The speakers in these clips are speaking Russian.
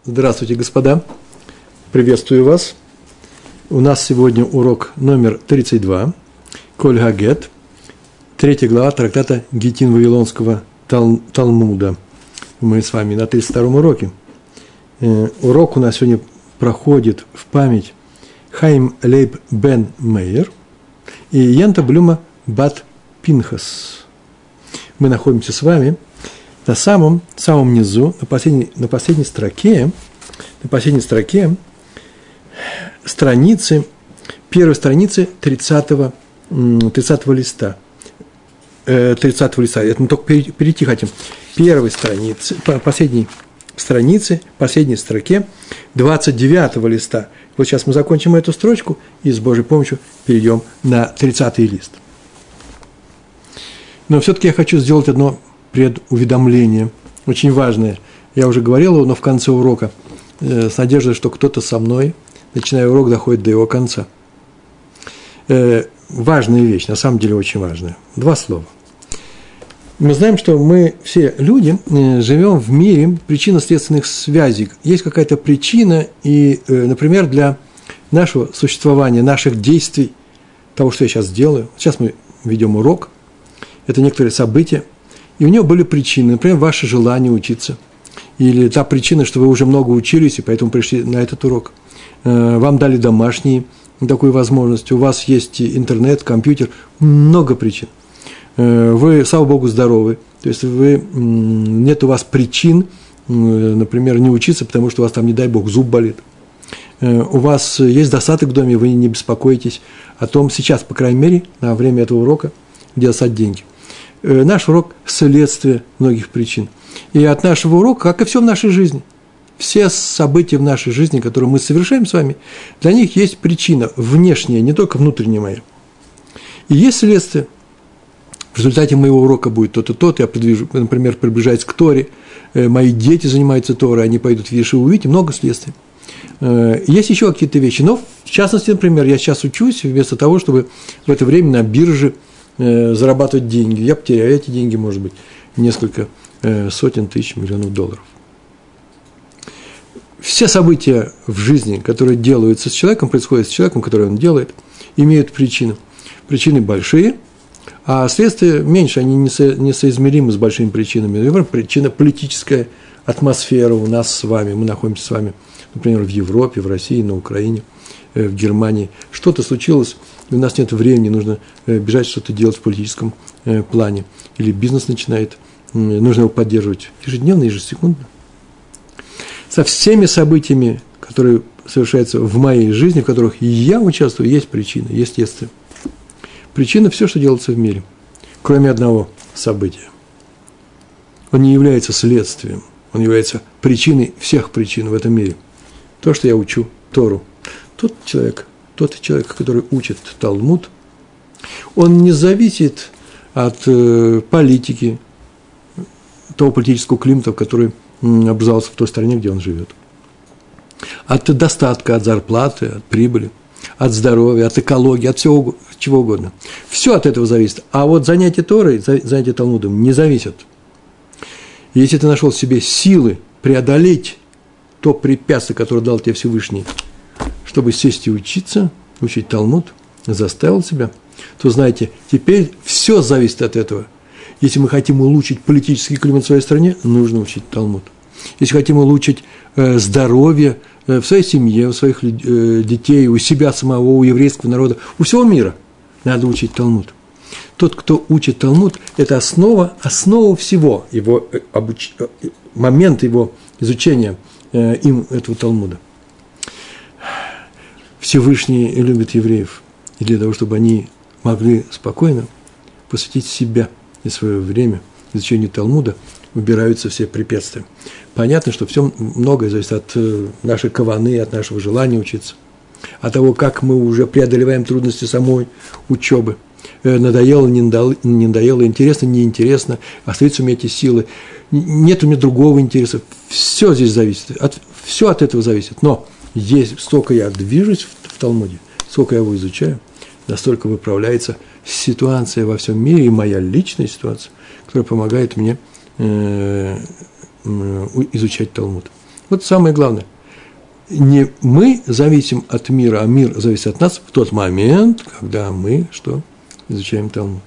Здравствуйте, господа. Приветствую вас. У нас сегодня урок номер 32. Коль Гагет. 3 глава трактата Гитин Вавилонского Талмуда. Мы с вами на 32-м уроке. Урок у нас сегодня проходит в память Хаим Лейб бен Мейер и Янта Блюма бат Пинхас. Мы находимся с вами на самом низу, на последней строке страницы, первой страницы 30-го листа. 30-го листа. Это мы только перейти хотим. Первой страницы, последней строке 29-го листа. Вот сейчас мы закончим эту строчку и с Божьей помощью перейдем на 30-й лист. Но все-таки я хочу сделать одно предуведомление, очень важное. Я уже говорил его, но в конце урока, с надеждой, что кто-то со мной, начиная урок, доходит до его конца. Важная вещь, на самом деле очень важная. 2 слова. Мы знаем, что мы все люди живем в мире причинно-следственных связей. Есть какая-то причина, и, например, для нашего существования, наших действий, того, что я сейчас делаю. Сейчас мы ведем урок. Это некоторые события, и у него были причины, например, ваше желание учиться, или та причина, что вы уже много учились, и поэтому пришли на этот урок. Вам дали домашние такую возможность, у вас есть интернет, компьютер, много причин. Вы, слава Богу, здоровы, то есть нет у вас причин, например, не учиться, потому что у вас там, не дай Бог, зуб болит. У вас есть достаток в доме, вы не беспокоитесь о том, сейчас, по крайней мере, на время этого урока, где достать деньги. Наш урок – следствие многих причин. И от нашего урока, как и все в нашей жизни, все события в нашей жизни, которые мы совершаем с вами, для них есть причина внешняя, не только внутренняя моя. И есть следствие. В результате моего урока будет то-то, то-то, я, например, приближаюсь к Торе, мои дети занимаются Торой, они пойдут в Ешиву, увидите, много следствий. Есть еще какие-то вещи, но, в частности, например, я сейчас учусь, вместо того, чтобы в это время на бирже зарабатывать деньги. Я потеряю эти деньги, может быть, несколько сотен тысяч, миллионов долларов. Все события в жизни, которые делаются с человеком, происходят с человеком, который он делает, имеют причины. Причины большие, а следствия меньше, они несоизмеримы с большими причинами. Например, причина политическая атмосфера у нас с вами. Мы находимся с вами, например, в Европе, в России, на Украине, в Германии. Что-то случилось, и у нас нет времени, нужно бежать что-то делать в политическом плане. Или бизнес начинает, нужно его поддерживать ежедневно, ежесекундно. Со всеми событиями, которые совершаются в моей жизни, в которых я участвую, есть причина, есть следствие. Причина – все, что делается в мире, кроме одного события. Он не является следствием, он является причиной всех причин в этом мире. То, что я учу Тору. Тот человек, который учит Талмуд, он не зависит от политики, того политического климата, который образовался в той стране, где он живет. От достатка, от зарплаты, от прибыли, от здоровья, от экологии, от всего, чего угодно. Все от этого зависит. А вот занятие Торой, занятие Талмудом не зависят. Если ты нашел в себе силы преодолеть то препятствие, которое дал тебе Всевышний, чтобы сесть и учиться, учить Талмуд, заставил себя, то, знаете, теперь все зависит от этого. Если мы хотим улучшить политический климат в своей стране, нужно учить Талмуд. Если хотим улучшить здоровье в своей семье, у своих детей, у себя самого, у еврейского народа, у всего мира, надо учить Талмуд. Тот, кто учит Талмуд, это основа всего, его момент его изучения им этого Талмуда. Всевышний любит евреев, и для того, чтобы они могли спокойно посвятить себя и свое время изучению Талмуда, убираются все препятствия. Понятно, что все многое зависит от нашей каваны, от нашего желания учиться, от того, как мы уже преодолеваем трудности самой учебы. Надоело, не надоело, интересно, неинтересно, остаются у меня эти силы, нет у меня другого интереса. Все здесь зависит, все от этого зависит. Но столько я движусь в Талмуде, сколько я его изучаю, настолько выправляется ситуация во всем мире, и моя личная ситуация, которая помогает мне изучать Талмуд. Вот самое главное. Не мы зависим от мира, а мир зависит от нас в тот момент, когда мы что? Изучаем Талмуд.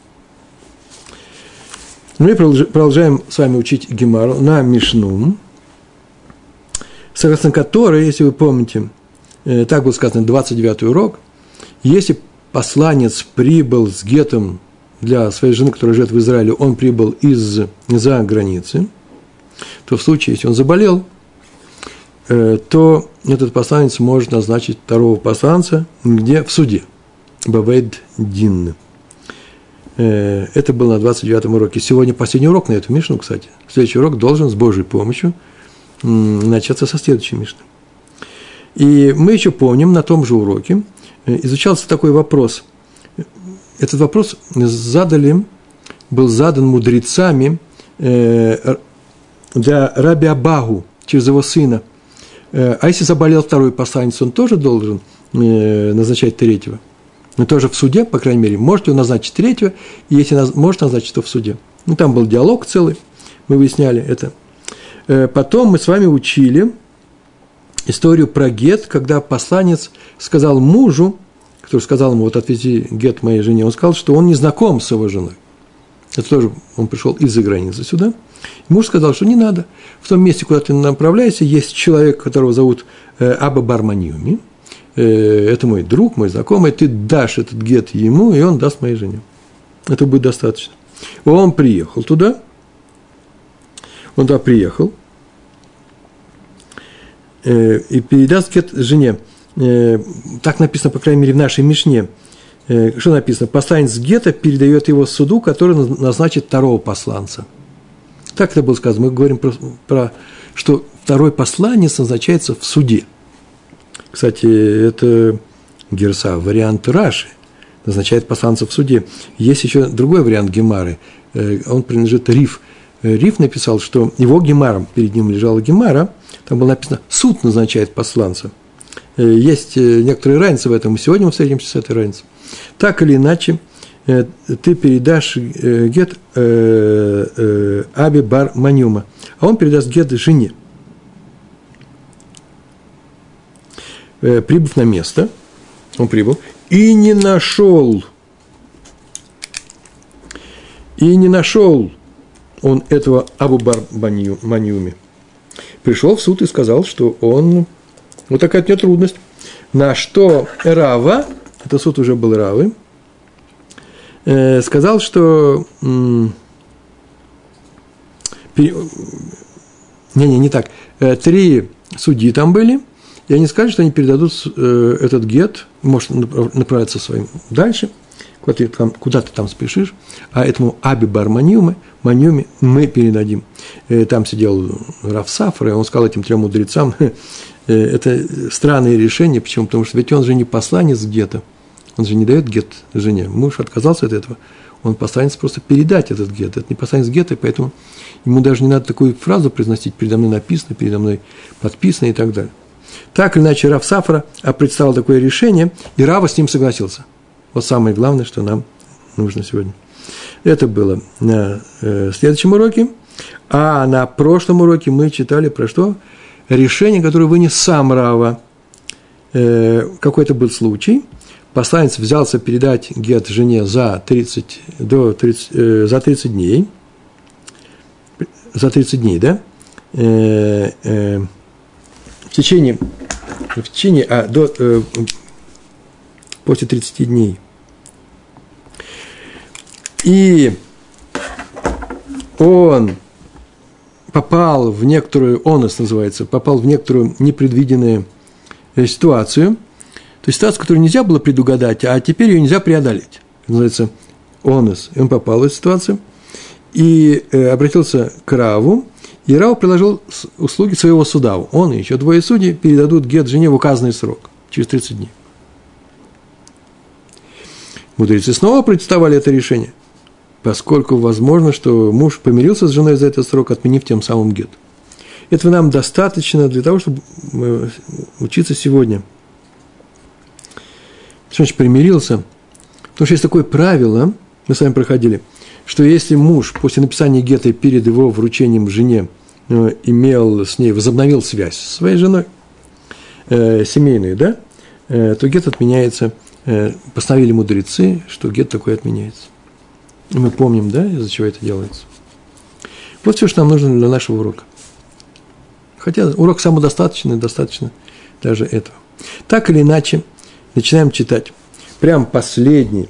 Мы продолжаем с вами учить Гемару на Мишну, согласно которой, если вы помните, так было сказано, 29-й урок, если посланец прибыл с гетом для своей жены, которая живет в Израиле, он прибыл из-за границы, то в случае, если он заболел, то этот посланец может назначить второго посланца, где в суде, Бавейд Дин. Это было на 29-м уроке. Сегодня последний урок на эту Мишну, кстати. Следующий урок должен с Божьей помощью начаться со следующей Мишны. И мы еще помним, на том же уроке изучался такой вопрос. Этот вопрос был задан мудрецами для Раби Абагу через его сына. А если заболел второй посланец, он тоже должен назначать третьего? Но тоже в суде, по крайней мере, может ли он назначить третьего, и если может назначить, то в суде. Ну, там был диалог целый, мы выясняли это. Потом мы с вами учили историю про гет, когда посланец сказал мужу, который сказал ему, вот отвези гет моей жене, он сказал, что он не знаком с его женой. Это тоже он пришел из-за границы сюда. И муж сказал, что не надо. В том месте, куда ты направляешься, есть человек, которого зовут Аба бар Маньюми. Это мой друг, мой знакомый. Ты дашь этот гет ему, и он даст моей жене. Это будет достаточно. Он приехал туда. Он туда приехал. И передаст гет жене. Так написано, по крайней мере, в нашей Мишне. Что написано? Посланец гета передает его суду, который назначит второго посланца. Так это было сказано. Мы говорим про что второй посланец назначается в суде. Кстати, это герса, вариант Раши, назначает посланца в суде. Есть еще другой вариант Гемары. Он принадлежит Риф. Риф написал, что его Гемаром, перед ним лежала Гемара, там было написано «суд назначает посланца». Есть некоторые разницы в этом, и сегодня мы встретимся с этой разницей. Так или иначе, ты передашь гет Аби бар Маньюма, а он передаст гет жене. Прибыв на место, он прибыл, и не нашел он этого Абу бар Маньюми. Пришел в суд и сказал, что он, вот такая у него трудность, на что Рава, это суд уже был Равы, сказал, что не так, 3 судьи там были, и они сказали, что они передадут этот гет, может направиться своим дальше, куда ты там спешишь, а этому Аби бар Маньюми мы передадим. Там сидел Рав Сафар, и он сказал этим 3 мудрецам, это странное решение, почему? Потому что ведь он же не посланец гета, он же не дает гет жене. Муж отказался от этого, он посланец просто передать этот гет. Это не посланец гета, и поэтому ему даже не надо такую фразу произносить, передо мной написано, передо мной подписано и так далее. Так или иначе, Рав Сафара представил такое решение, и Рава с ним согласился. Вот самое главное, что нам нужно сегодня. Это было на следующем уроке. А на прошлом уроке мы читали про что? Решение, которое вынес сам Рава. Какой-то был случай. Посланец взялся передать гет жене за 30 дней. За 30 дней, да? После 30 дней. И он попал в некоторую, попал в некоторую непредвиденную ситуацию, то есть ситуацию, которую нельзя было предугадать, а теперь ее нельзя преодолеть. Это называется онес. И он попал в эту ситуацию и обратился к Раву, и Рав предложил услуги своего суда. Он и еще 2 судей передадут гет жене в указанный срок, через 30 дней. Мудрецы снова представали это решение, поскольку возможно, что муж помирился с женой за этот срок, отменив тем самым гет. Этого нам достаточно для того, чтобы учиться сегодня. Что значит примирился? Потому что есть такое правило, мы с вами проходили, что если муж после написания гета перед его вручением жене имел с ней, возобновил связь со своей женой, семейную, да, то гет отменяется, постановили мудрецы, что гет такой отменяется. И мы помним, да, из-за чего это делается. Вот все, что нам нужно для нашего урока. Хотя урок самодостаточный, достаточно даже этого. Так или иначе, начинаем читать. Прям последняя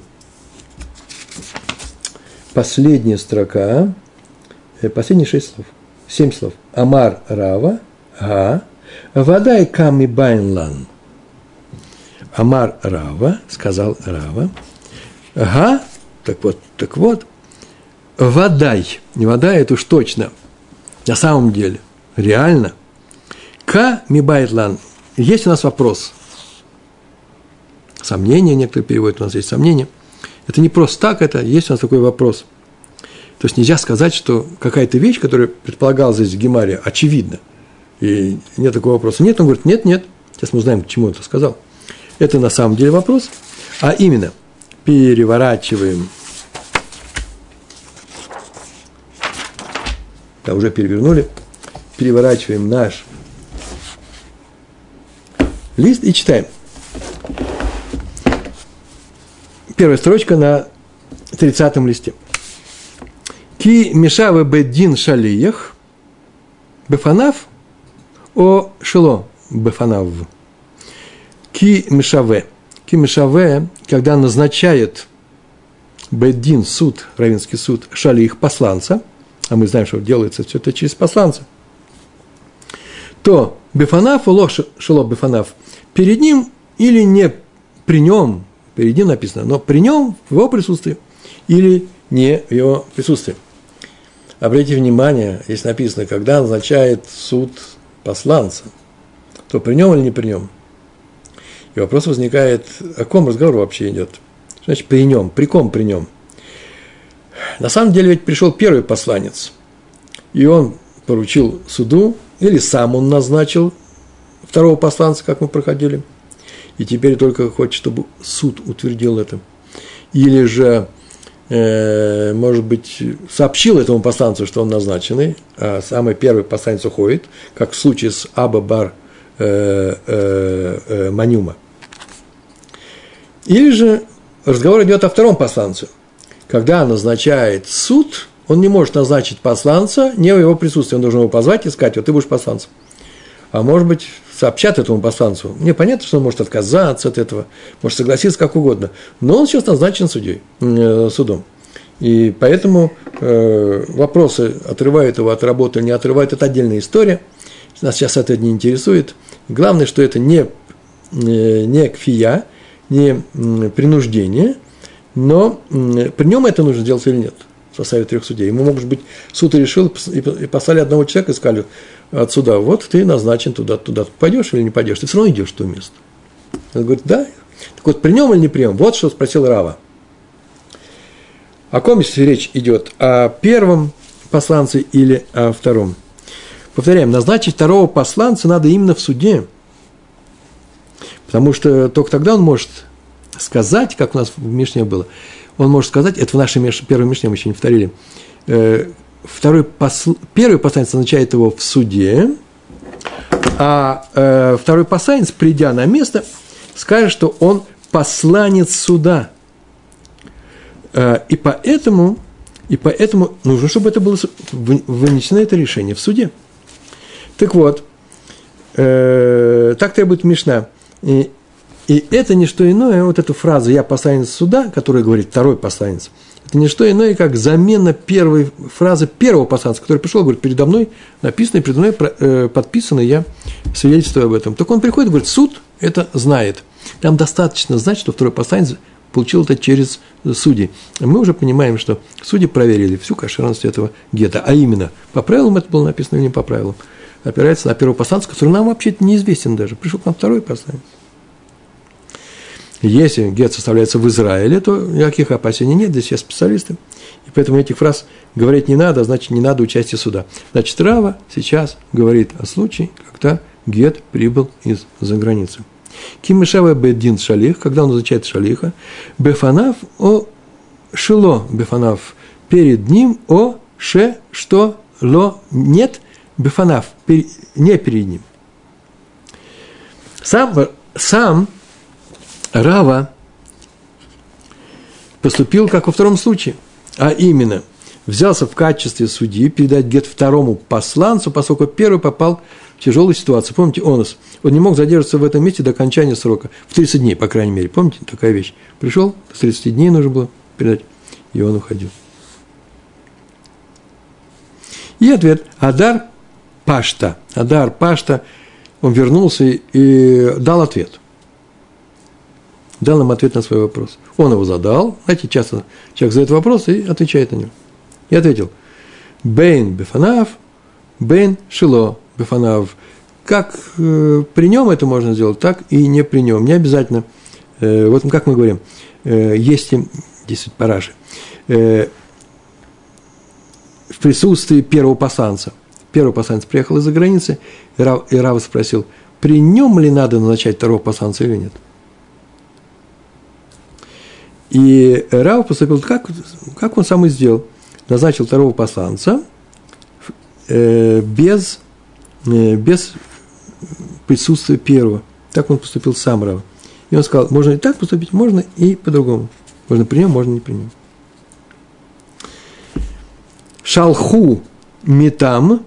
строка, последние 7 слов. Амар Рава, га, вадай ками байнлан. Амар Рава, сказал Рава, га, так вот, вадай, не вадай, это уж точно, на самом деле, реально, ка ми байнлан. Есть у нас вопрос. Сомнения, некоторые переводят, у нас есть сомнения. Это не просто так, это есть у нас такой вопрос. То есть нельзя сказать, что какая-то вещь, которая предполагалась здесь в Гемаре, очевидна, и нет такого вопроса. Нет, он говорит, нет. Сейчас мы узнаем, к чему это сказал. Это на самом деле вопрос. А именно, переворачиваем. Да, уже перевернули. Переворачиваем наш лист и читаем. Первая строчка на 30-м листе. Ки мешаве беддин шалиях бефанав о шело бефанав. Ки мешаве, когда назначает беддин, суд, раввинский суд, шалиях, посланца, а мы знаем, что делается все это через посланца, то бефанав, о шело бефанав, перед ним или не при нем, перед ним написано, но при нем, в его присутствии, или не в его присутствии. Обратите внимание, здесь написано, когда назначает суд посланца, то при нем или не при нем. И вопрос возникает, о ком разговор вообще идет? Значит, при нем, при ком при нем? На самом деле ведь пришел первый посланец, и он поручил суду, или сам он назначил второго посланца, как мы проходили, и теперь только хочет, чтобы суд утвердил это. Или же, может быть, сообщил этому посланцу, что он назначенный, а самый первый посланец уходит, как в случае с Аба бар Манюма. Или же разговор идет о втором посланце. Когда назначает суд, он не может назначить посланца не в его присутствии, он должен его позвать и сказать, вот ты будешь посланцем. А может быть, сообщат этому посланцу. Мне понятно, что он может отказаться от этого, может согласиться как угодно, но он сейчас назначен судом. И поэтому вопросы, отрывают его от работы или не отрывают, это отдельная история. Нас сейчас это не интересует. Главное, что это не кфия, не принуждение, но при нем это нужно делать или нет, в составе 3 судей. Ему, может быть, суд и решил, и послали одного человека и сказали от суда, вот ты назначен туда. Пойдешь или не пойдешь? Ты все равно идешь в то место. Он говорит, да. Так вот, при нем или не при нем? Вот что спросил Рава. О ком здесь речь идет? О первом посланце или о втором? Повторяем, назначить второго посланца надо именно в суде, потому что только тогда он может сказать, как у нас в Мишне было, он может сказать, это в нашей первой Мишне мы еще не повторили, первый посланец назначает его в суде, а второй посланец, придя на место, скажет, что он посланец суда. И поэтому нужно, чтобы это было вынесено это решение в суде. Так вот, так требует Мишна. И это не что иное, вот эту фразу «я посланец суда», которую говорит второй посланец, это не что иное, как замена первой фразы первого посланца, который пришел, говорит, передо мной написано, передо мной подписано, я свидетельствую об этом. Так он приходит и говорит, суд это знает. Там достаточно знать, что второй посланец получил это через судей. Мы уже понимаем, что судьи проверили всю кошерность этого гета, а именно, по правилам это было написано или не по правилам. Опирается на первого посланца, который нам вообще-то неизвестен даже. Пришел к нам второй посланец. Если гет составляется в Израиле, то никаких опасений нет, здесь все специалисты. И поэтому этих фраз говорить не надо, значит, не надо участия суда. Значит, Рава сейчас говорит о случае, когда гет прибыл из-за границы. Кимешава беддин шалих, когда он назначает шалиха, бефанав о шило, бефанав перед ним о ше, что, ло, нет, бефанаф, не перед ним. Сам Рава поступил как во втором случае, а именно взялся в качестве судьи передать гет второму посланцу, поскольку первый попал в тяжелую ситуацию. Помните, он не мог задерживаться в этом месте до окончания срока, в 30 дней, по крайней мере. Помните, такая вещь? Пришел, с 30 дней нужно было передать, и он уходил. И ответ – Адар Пашта. Адар Пашта, он вернулся и дал ответ. Дал нам ответ на свой вопрос. Он его задал. Знаете, часто человек задает вопрос и отвечает на него. И ответил: Бейн бефанав, бейн шило бефанав. Как при нем это можно сделать, так и не при нем. Не обязательно. Вот как мы говорим, есть здесь параши. В присутствии первого посланца. Первый посланец приехал из-за границы, и Рав спросил, при нем ли надо назначать второго посланца или нет. И Рав поступил как он сам и сделал. Назначил второго посланца без присутствия первого. Так он поступил сам Рав. И он сказал, можно и так поступить, можно и по-другому. Можно при нем, можно не при нем. Шалху митам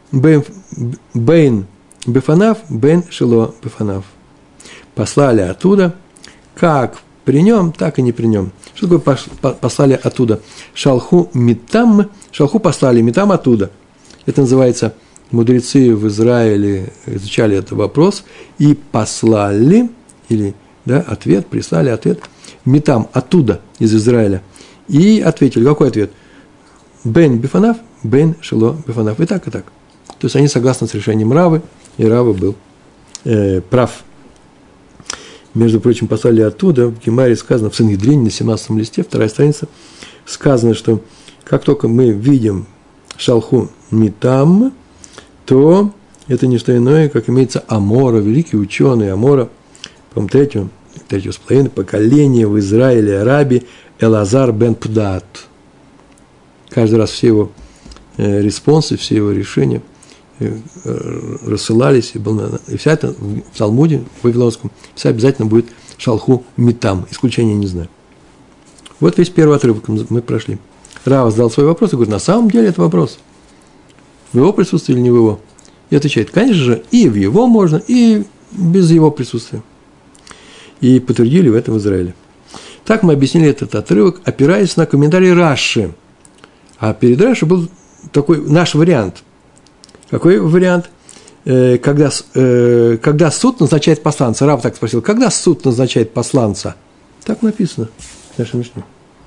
бейн бефанав, бейн шило бефанав. Послали оттуда, как при нем, так и не при нем. Что такое послали оттуда? Шалху митам, шалху послали, митам оттуда. Это называется, мудрецы в Израиле изучали этот вопрос и послали, или ответ, прислали ответ, митам оттуда, из Израиля. И ответили, какой ответ? Бен бифанав, бен шило бифанав. И так, и так. То есть они согласны с решением Равы, и Рава был прав. Между прочим, послали оттуда, в Гемаре сказано, в Сангедрине, на 17 листе, 2 страница, сказано, что как только мы видим шалху митам, то это не что иное, как имеется Амора, великий ученый Амора, по-моему, третьего с половиной поколения в Израиле, Раби Элазар бен Пдат. Каждый раз все его респонсы, все его решения рассылались, и вся это в Талмуде, в Вавилонском, вся обязательно будет шалху митам, исключения не знаю. Вот весь первый отрывок мы прошли. Рав задал свой вопрос и говорит, на самом деле это вопрос, в его присутствии или не в его? И отвечает, конечно же, и в его можно, и без его присутствия. И подтвердили в этом в Израиле. Так мы объяснили этот отрывок, опираясь на комментарий Раши. А перед Раши был такой наш вариант. Какой вариант? Когда суд назначает посланца. Рав так спросил, когда суд назначает посланца? Так написано в нашей Мишне.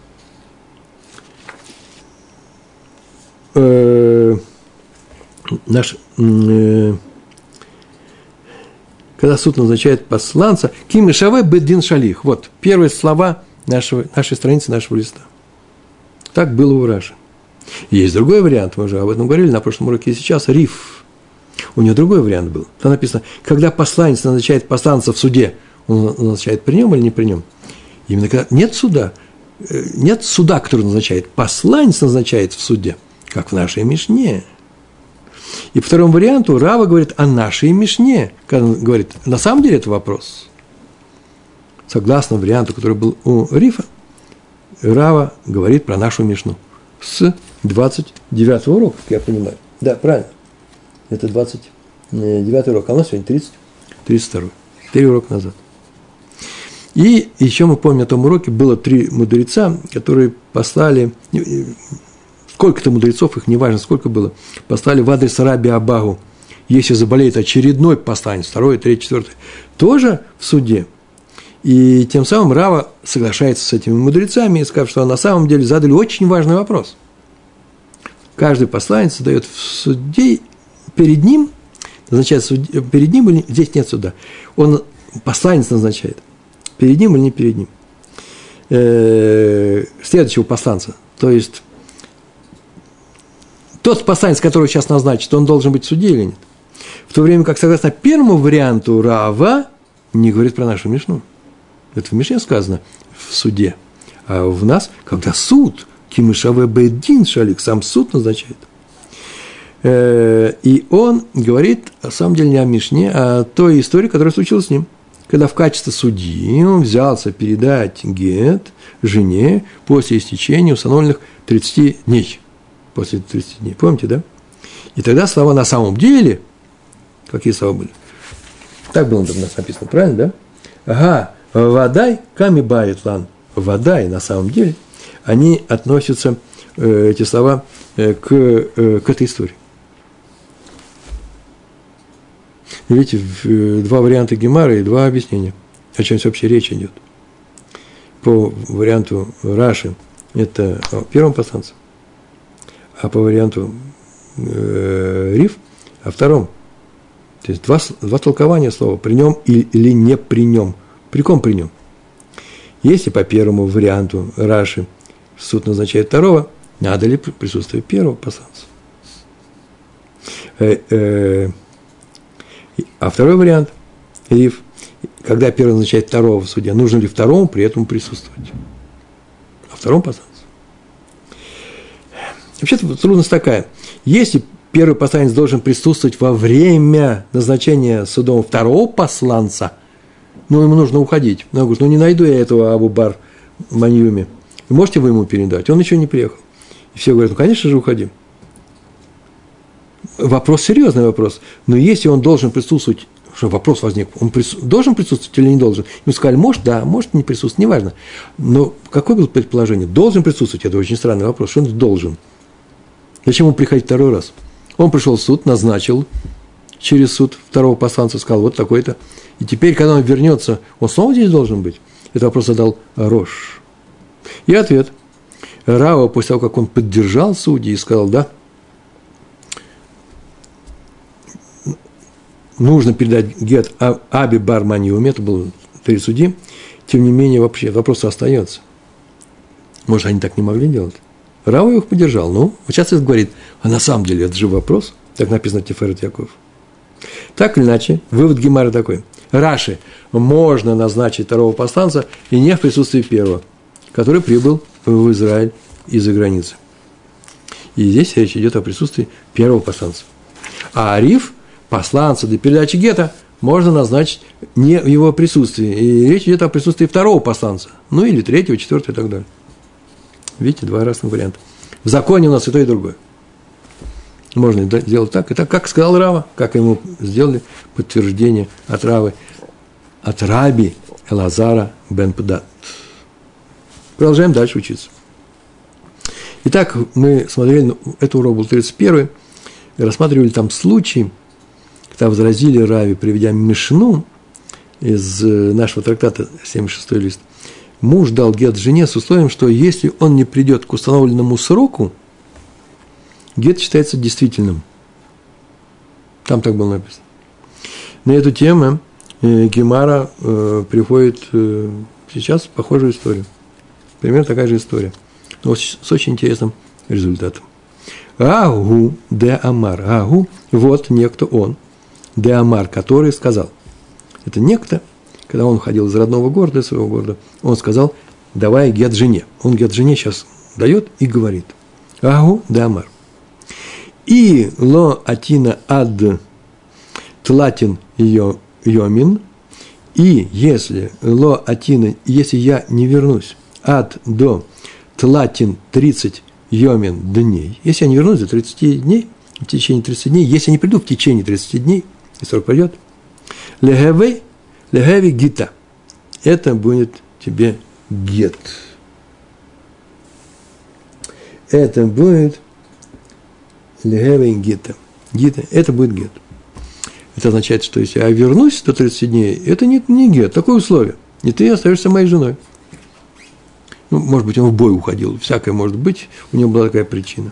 Когда суд назначает посланца, ким и шаве беддин шалих. Вот первые слова нашей страницы, нашего листа. Так было у Раши. Есть другой вариант, мы уже об этом говорили на прошлом уроке, и сейчас Риф. У него другой вариант был. Там написано, когда посланец назначает посланца в суде, он назначает при нем или не при нем? Именно когда нет суда, который назначает, посланец назначает в суде, как в нашей Мишне. И по второму варианту Рава говорит о нашей Мишне, когда он говорит, на самом деле это вопрос. Согласно варианту, который был у Рифа, Рава говорит про нашу Мишну. С 29 урока, как я понимаю. Да, правильно. Это 29 урок, а у нас сегодня 32. 4 урока назад. И еще мы помним, на том уроке было 3 мудреца, которые послали, сколько-то мудрецов, их неважно, сколько было, послали в адрес Раби Абагу, если заболеет очередной посланец, 2, 3, 4, тоже в суде. И тем самым Рава соглашается с этими мудрецами и скажет, что на самом деле задали очень важный вопрос. Каждый посланец задает в суде перед ним, назначает перед ним или здесь нет суда. Он посланец назначает, перед ним или не перед ним. Следующего посланца. То есть тот посланец, которого сейчас назначит, он должен быть в суде или нет. В то время как, согласно первому варианту, Рава не говорит про нашу Мишну. Это в Мишне сказано в суде. А в нас, когда суд, кимышаве бейдин шалик, сам суд назначает. И он говорит, на самом деле, не о Мишне, а о той истории, которая случилась с ним. Когда в качестве судьи он взялся передать гет жене после истечения установленных 30 дней. После 30 дней. Помните, да? И тогда слова на самом деле, какие слова были? Так было у нас написано, правильно, да? Ага, водай, ками баит лан. Водай, на самом деле, они относятся, эти слова, к этой истории. Видите, два варианта Гемары и два объяснения, о чем вообще речь идет. По варианту Раши это о первом посланце, а по варианту Риф о втором. То есть два толкования слова, при нем или не при нем. При ком при нем? Если по первому варианту Раши суд назначает второго, надо ли присутствие первого посланца? А второй вариант, Риф, когда первый назначает второго судья, нужно ли второму при этом присутствовать? А второму посланцу? Вообще-то трудность такая. Если первый посланец должен присутствовать во время назначения судом второго посланца, ему нужно уходить. Он говорит, не найду я этого Абу-Бар Маньюми. Можете вы ему передать? Он еще не приехал. И все говорят, конечно же, уходи. Вопрос, серьезный вопрос. Но если он должен присутствовать, что вопрос возник, он должен присутствовать или не должен? Ему сказали, может, да, может, не присутствовать, неважно. Но какое было предположение? Должен присутствовать, это очень странный вопрос. Что он должен? Зачем ему приходить второй раз? Он пришел в суд, назначил через суд второго посланца, сказал, вот такой-то. И теперь, когда он вернется, он снова здесь должен быть? Этот вопрос задал Рош. И ответ. Рава, после того, как он поддержал судьи и сказал, да, нужно передать гет Аби Бар Маньюми, это был перед судьей, тем не менее, вообще вопрос остается. Может, они так не могли делать? Рава их поддержал. Вот сейчас это говорит, а на самом деле это же вопрос, так написано в Тиферет Яков. Так или иначе, вывод Гемары такой. Раши можно назначить второго посланца и не в присутствии первого, который прибыл в Израиль из-за границы. И здесь речь идет о присутствии первого посланца. А Ариф, посланца для передачи гета, можно назначить не в его присутствии. И речь идет о присутствии второго посланца. Или третьего, четвертого и так далее. Видите, два разных варианта. В законе у нас и то, и другое. Можно сделать так и так, как сказал Рава, как ему сделали подтверждение от Равы, от Раби Элазара бен Пдат. Продолжаем дальше учиться. Итак, мы смотрели, это урок был 31-й, рассматривали там случай, когда возразили Раве, приведя Мишну из нашего трактата 76-й лист. Муж дал гет жене с условием, что если он не придет к установленному сроку, гет считается действительным. Там так было написано. На эту тему Гемара приводит сейчас похожую историю. Примерно такая же история, но с очень интересным результатом. Агу де Амар. Агу, вот некто он, де Амар, который сказал. Это некто, когда он ходил из родного города, из своего города, он сказал, давай гет жене. Он гет жене сейчас дает и говорит. Агу де Амар. И ло атина ад тлатин йомин, и если ло атина, если я не вернусь ад до тлатин 30 йомин дней, если я не вернусь до 30 дней, в течение 30 дней, если я не приду в течение 30 дней, и срок пройдет, легеви гита, это будет тебе гет. Это будет легеви гита. Гита, это будет гет. Это означает, что если я вернусь до 30 дней, это не гет, такое условие. И ты остаешься моей женой. Может быть, он в бой уходил, всякое может быть, у него была такая причина.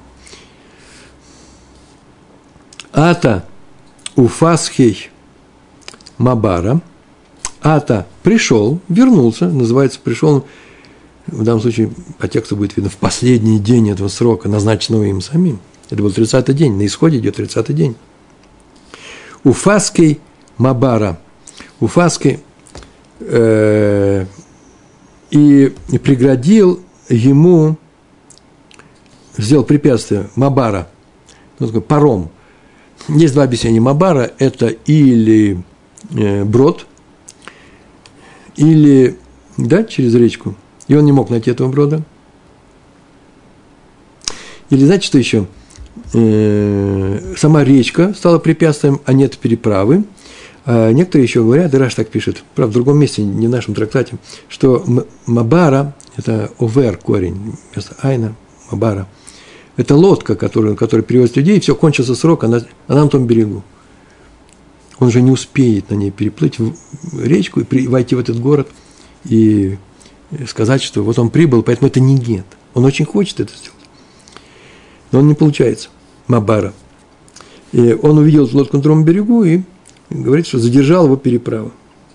Ата уфасхей мабара. Ата пришел, вернулся, называется пришел, в данном случае по тексту будет видно, в последний день этого срока, назначенного им самим. Это был 30-й день, на исходе идет 30-й день. Уфаский мабара. Уфаский и преградил ему, сделал препятствие, мабара, такой паром, Есть два объяснения. Мабара – это или брод, или, да, через речку. И он не мог найти этого брода. Или, знаете, что еще? Сама речка стала препятствием, а нет переправы. А некоторые еще говорят, и Раш так пишет, правда, в другом месте, не в нашем трактате, что Мабара – это овер корень, вместо айна, Мабара. Это лодка, которая перевозит людей, и все, кончился срок, она на том берегу. Он же не успеет на ней переплыть в речку и войти в этот город и сказать, что вот он прибыл, поэтому это не гет. Он очень хочет это сделать. Но он не получается. Мабара. И он увидел эту лодку на другом берегу и говорит, что задержал его переправу.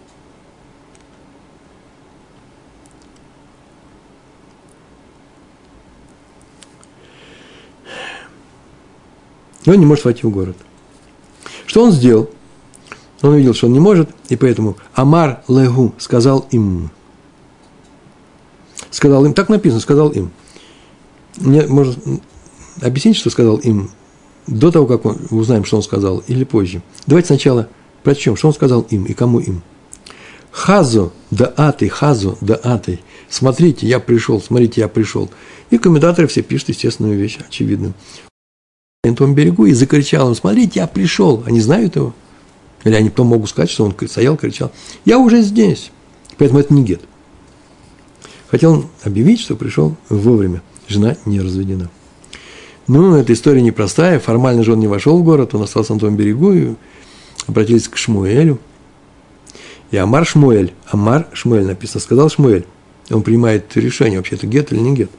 И он не может войти в город. Что он сделал? Он увидел, что он не может, и поэтому Амар Легу сказал им. Сказал им, так написано, сказал им. Мне можно объяснить, что сказал им до того, как узнаем, что он сказал, или позже. Давайте сначала прочтем, что он сказал им и кому им. Хазо да атой, смотрите, я пришел, смотрите, я пришел. И комментаторы все пишут естественную вещь, очевидную. На том берегу и закричал им, смотрите, я пришел. Они знают его? Или они потом могут сказать, что он стоял, кричал, я уже здесь. Поэтому это не гет. Хотел он объявить, что пришел вовремя. Жена не разведена. Ну, эта история непростая. Формально же он не вошел в город, он остался на том берегу и обратились к Шмуэлю. И Амар Шмуэль написано, сказал Шмуэль. Он принимает решение, вообще это гет или не гет.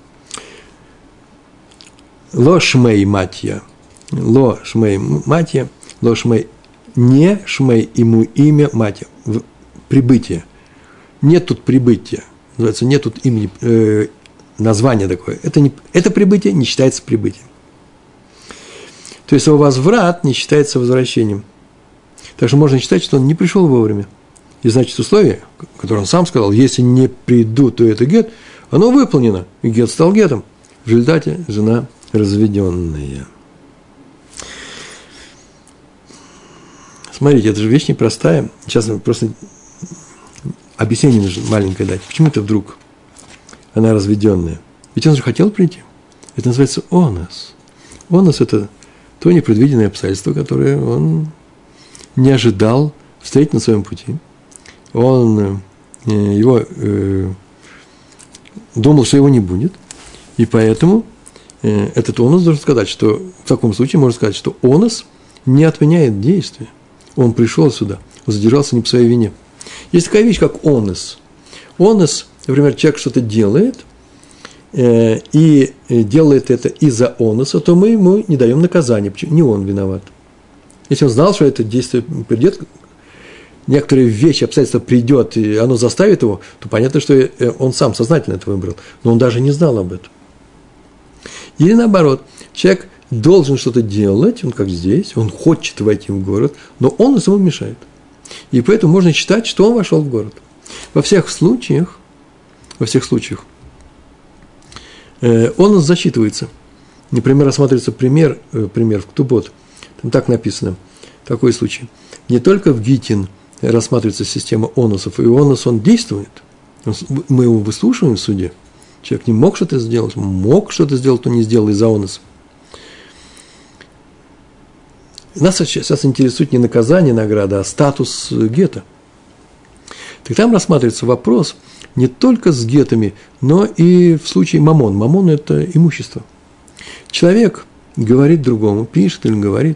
Ло Шмей Матья, не Шмей ему имя Матья, прибытие. Нет тут прибытия, называется, нет тут имени, название такое. Это прибытие не считается прибытием. То есть его возврат не считается возвращением. Так что можно считать, что он не пришел вовремя. И значит, условие, которое он сам сказал, если не приду, то это гет, оно выполнено. И гет стал гетом. В результате жена разведенная. Смотрите, это же вещь непростая. Сейчас просто объяснение нужно маленькое дать. Почему это вдруг она разведенная? Ведь он же хотел прийти. Это называется онос. Онос – это то непредвиденное обстоятельство, которое он не ожидал встретить на своем пути. Он думал, что его не будет. И поэтому этот онос должен сказать, что в таком случае можно сказать, что онос не отменяет действия. Он пришел сюда, он задержался не по своей вине. Есть такая вещь, как онос. Онос, например, человек что-то делает, и делает это из-за оноса, то мы ему не даем наказания. Не он виноват. Если он знал, что это действие придет, некоторые вещи, обстоятельства придет, и оно заставит его, то понятно, что он сам сознательно это выбрал. Но он даже не знал об этом. Или наоборот, человек должен что-то делать, он как здесь, он хочет войти в город, но он ему мешает. И поэтому можно считать, что он вошел в город. Во всех случаях, он засчитывается. Например, рассматривается пример в Ктубот. Там так написано, такой случай. Не только в Гитин рассматривается система оносов, и онос, он действует. Мы его выслушиваем в суде. Человек не мог что-то сделать, но не сделал из-за оноса. Нас сейчас интересует не наказание, награда, а статус гетто. Так там рассматривается вопрос не только с гетами, но и в случае мамон. Мамон – это имущество. Человек говорит другому, пишет или говорит: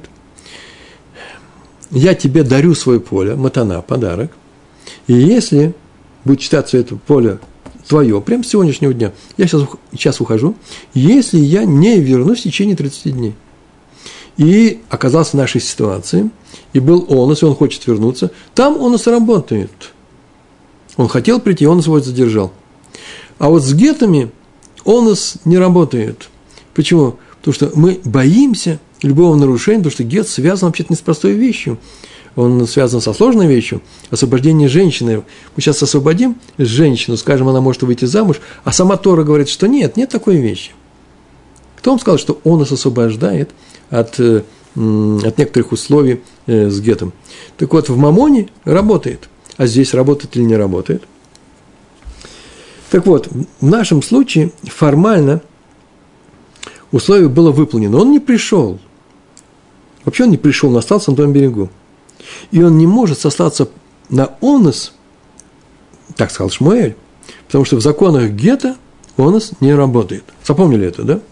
я тебе дарю свое поле, матана, подарок, и если будет считаться это поле твое, прямо с сегодняшнего дня, я сейчас ухожу, если я не вернусь в течение 30 дней. И оказался в нашей ситуации, и был онос, и он хочет вернуться, там онос работает. Он хотел прийти, онос его задержал. А вот с гетами онос не работает. Почему? Потому что мы боимся любого нарушения, потому что гет связан вообще-то не с простой вещью. Он связан со сложной вещью, освобождение женщины. Мы сейчас освободим женщину, скажем, она может выйти замуж, а сама Тора говорит, что нет такой вещи. Кто вам сказал, что онос освобождает от от некоторых условий с гетом. Так вот, в мамоне работает, а здесь работает или не работает. Так вот, в нашем случае формально условие было выполнено. Он не пришел. Вообще он не пришел, он остался на том берегу. И он не может сослаться на онос, так сказал Шмуэль, потому что в законах гета онос не работает. Запомнили это, да?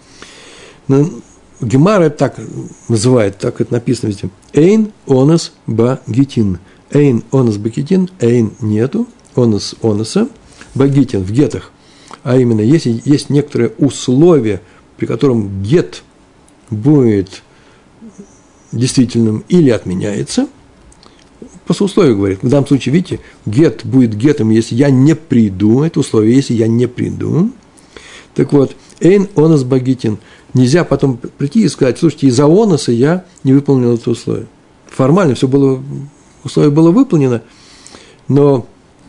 Гемара так называет, так это написано везде. Эйн онос ба гитин. Эйн онос ба гитин, эйн нету, онос оноса, ба гитин в гетах. А именно, если есть некоторые условия, при котором гет будет действительным или отменяется, после условия говорит. В данном случае, видите, гет будет гетом, если я не приду, это условие, если я не приду. Так вот, эйн онос ба гитин. Нельзя потом прийти и сказать, слушайте, из-за оноса я не выполнил это условие. Формально все было, условие было выполнено, но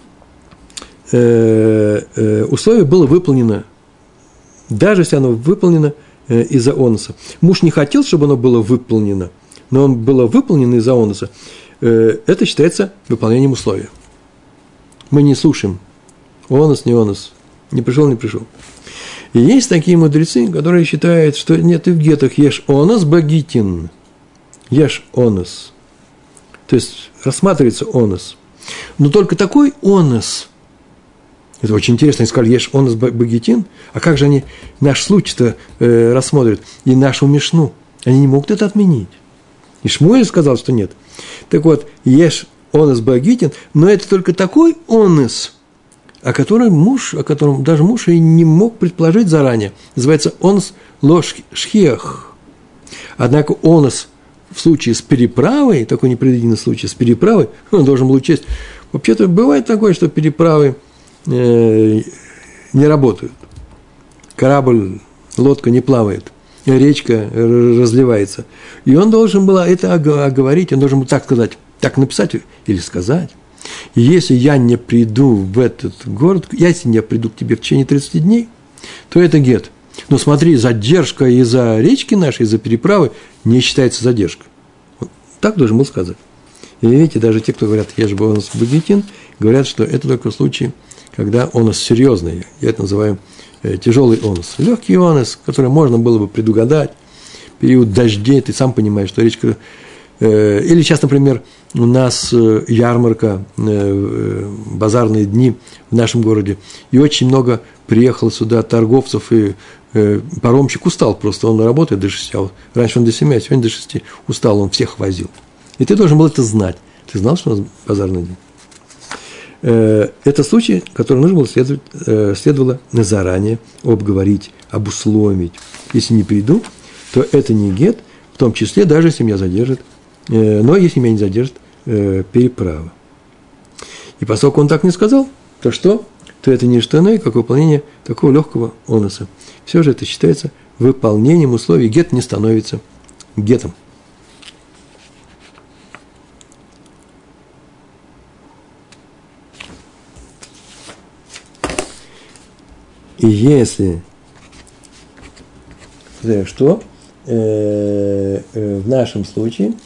условие было выполнено, даже если оно выполнено из-за оноса. Муж не хотел, чтобы оно было выполнено, но оно было выполнено из-за оноса. Это считается выполнением условия. Мы не слушаем. Онос, не онос. Не пришел, не пришел. И есть такие мудрецы, которые считают, что нет, и в гетах ешь онос багитин. Ешь онос. То есть рассматривается онос. Но только такой онос. Это очень интересно. Они сказали, ешь онос багитин. А как же они наш случай-то рассматривают? И нашу мишну. Они не могут это отменить. И Шмуэль сказал, что нет. Так вот, ешь онос багитин, но это только такой онос, о котором даже муж и не мог предположить заранее. Называется онос ло шхиах. Однако онос в случае с переправой, такой непредвиденный случай с переправой, он должен был учесть. Вообще-то бывает такое, что переправы не работают. Корабль, лодка не плавает, речка разливается. И он должен был это оговорить, он должен был так сказать, так написать или сказать. Если я не приду в этот город, если не приду к тебе в течение 30 дней, то это гет. Но смотри, задержка из-за речки нашей, из-за переправы не считается задержкой. Вот так должен был сказать. И видите, даже те, кто говорят, ешь бы онос багитин, говорят, что это только в случае, когда онос серьезный. Я это называю тяжелый онос. Легкий онос, который можно было бы предугадать. Период дождей, ты сам понимаешь, что речка... Или сейчас, например, у нас ярмарка, базарные дни в нашем городе, и очень много приехало сюда торговцев, и паромщик устал просто, он работает до 6, а раньше он до 7, а сегодня до 6, устал, он всех возил. И ты должен был это знать. Ты знал, что у нас базарный день? Это случай, который нужно было следовало заранее обговорить, обусловить. Если не приду, то это не гет, в том числе, даже если меня задержит, но если меня не задержит переправа. И поскольку он так не сказал, то что? То это не что иное, как выполнение такого легкого оноса. Все же это считается выполнением условий. Гет не становится гетом. И если что в нашем случае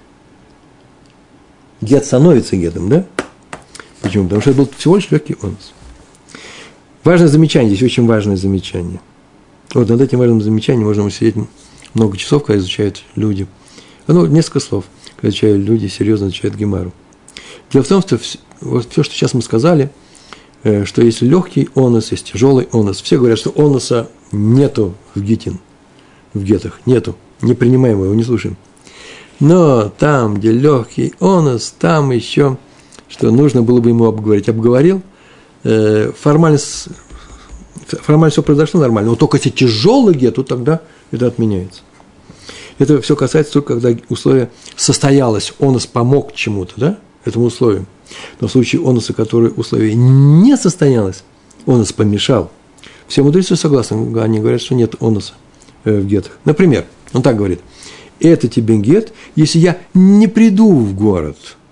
гет становится гетом, да? Почему? Потому что это был всего лишь легкий онос. Важное замечание, здесь очень важное замечание. Вот над этим важным замечанием можно сидеть много часов, когда изучают люди. Несколько слов, когда изучают люди, серьезно изучают гемару. Дело в том, что вот все, что сейчас мы сказали, что есть легкий онос, есть тяжелый онос. Все говорят, что оноса нету в гетах, нету, не принимаем его, не слушаем. Но там, где легкий онос, там еще, что нужно было бы ему обговорить. Обговорил, формально все произошло нормально, но только если тяжелый гет, то тогда это отменяется. Это все касается только, когда условие состоялось, онос помог чему-то, да, этому условию. Но в случае оноса, который условие не состоялось, онос помешал. Все мудрецы согласны, они говорят, что нет оноса в гетах. Например, он так говорит: это тебе гет, если я не приду в город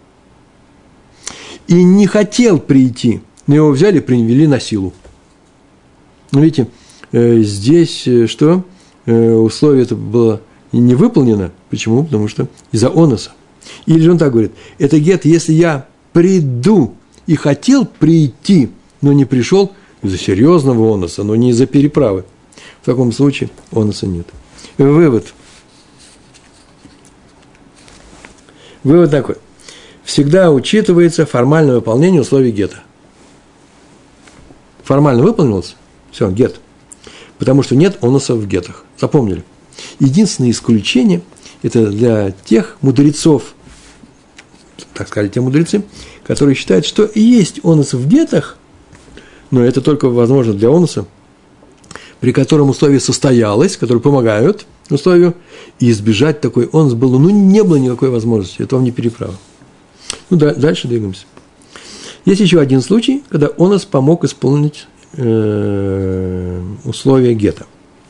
и не хотел прийти, но его взяли и привели на силу. Видите, здесь что? Условие это было и не выполнено. Почему? Потому что из-за оноса. Или же он так говорит, это гет, если я приду и хотел прийти, но не пришел из-за серьезного оноса, но не из-за переправы. В таком случае оноса нет. Вывод. Вывод такой. Всегда учитывается формальное выполнение условий гета. Формально выполнилось? Все, гет. Потому что нет оноса в гетах. Запомнили? Единственное исключение – это для тех мудрецов, так сказали, те мудрецы, которые считают, что есть онос в гетах, но это только возможно для оноса, при котором условие состоялось, которые помогают условию, и избежать такой онос было, не было никакой возможности, это вам не переправа. Дальше двигаемся. Есть еще один случай, когда онос помог исполнить условия гета.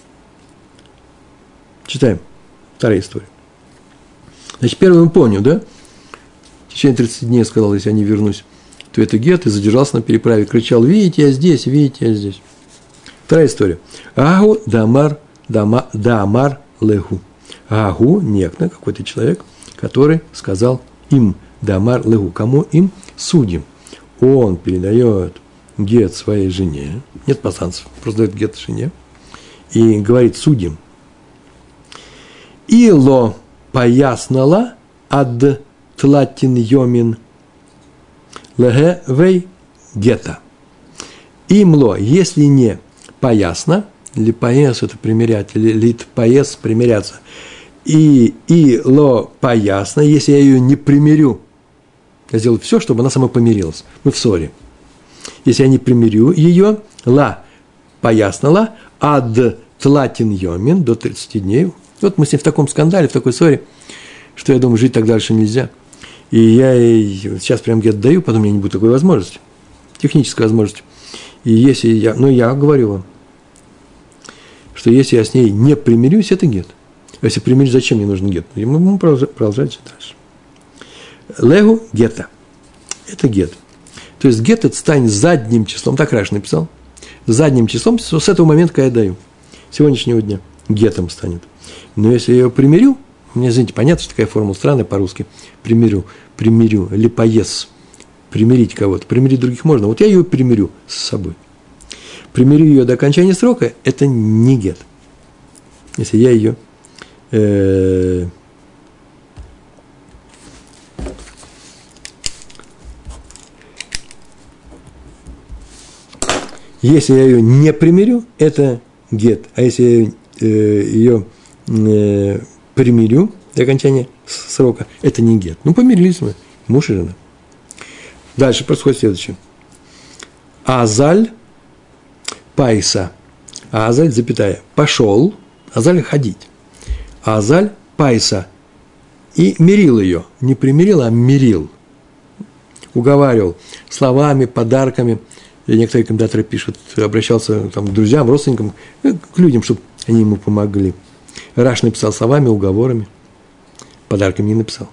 Читаем. Вторая история. Значит, первый мы помним, да? В течение 30 дней сказал, если я не вернусь, то это гет, и задержался на переправе, кричал, видите, я здесь, видите, я здесь. Вторая история. Агу дамар леху. Агу, некто, какой-то человек, который сказал им дамар леху. Кому им? Судьям. Он передает гет своей жене. Нет пасанцев, просто дает гет жене. И говорит судьям. Ило пояснала ад тлатин йомин легевей гета. Имло, если не поясно, липоес – это примерять, литпоес – примиряться, и ло поясно, если я ее не примирю, я сделаю все, чтобы она сама помирилась. Мы в ссоре. Если я не примирю ее, ла пояснала, ад тлатин йомин, до 30 дней. Вот мы с ним в таком скандале, в такой ссоре, что я думаю, жить так дальше нельзя. И я ей сейчас прям гет даю, потом у меня не будет такой возможности, технической возможности. И если я говорю вам, что если я с ней не примирюсь, это гет. А если примирюсь, зачем мне нужен гет? И мы будем продолжать дальше. Легу гета. Это гет. То есть гет это станет задним числом, так Раши написал, задним числом с этого момента, когда я даю, сегодняшнего дня, гетом станет. Но если я ее примирю, мне, извините, понятно, что такая формула странная по-русски, примирю, липоес, примирить кого-то, примирить других можно, вот я ее примирю с собой. Примирю ее до окончания срока, это не гет. Если я ее если я ее не примирю, это гет. А если я ее примирю до окончания срока, это не гет. Помирились мы, муж и жена. Дальше происходит следующее. Азаль пайса. Азаль, запятая, пошел. Азаль ходить. Азаль пайса. И мирил ее. Не примирил, а мирил. Уговаривал словами, подарками. И некоторые комментаторы пишут, обращался к друзьям, родственникам, к людям, чтобы они ему помогли. Раш написал словами, уговорами. Подарками не написал.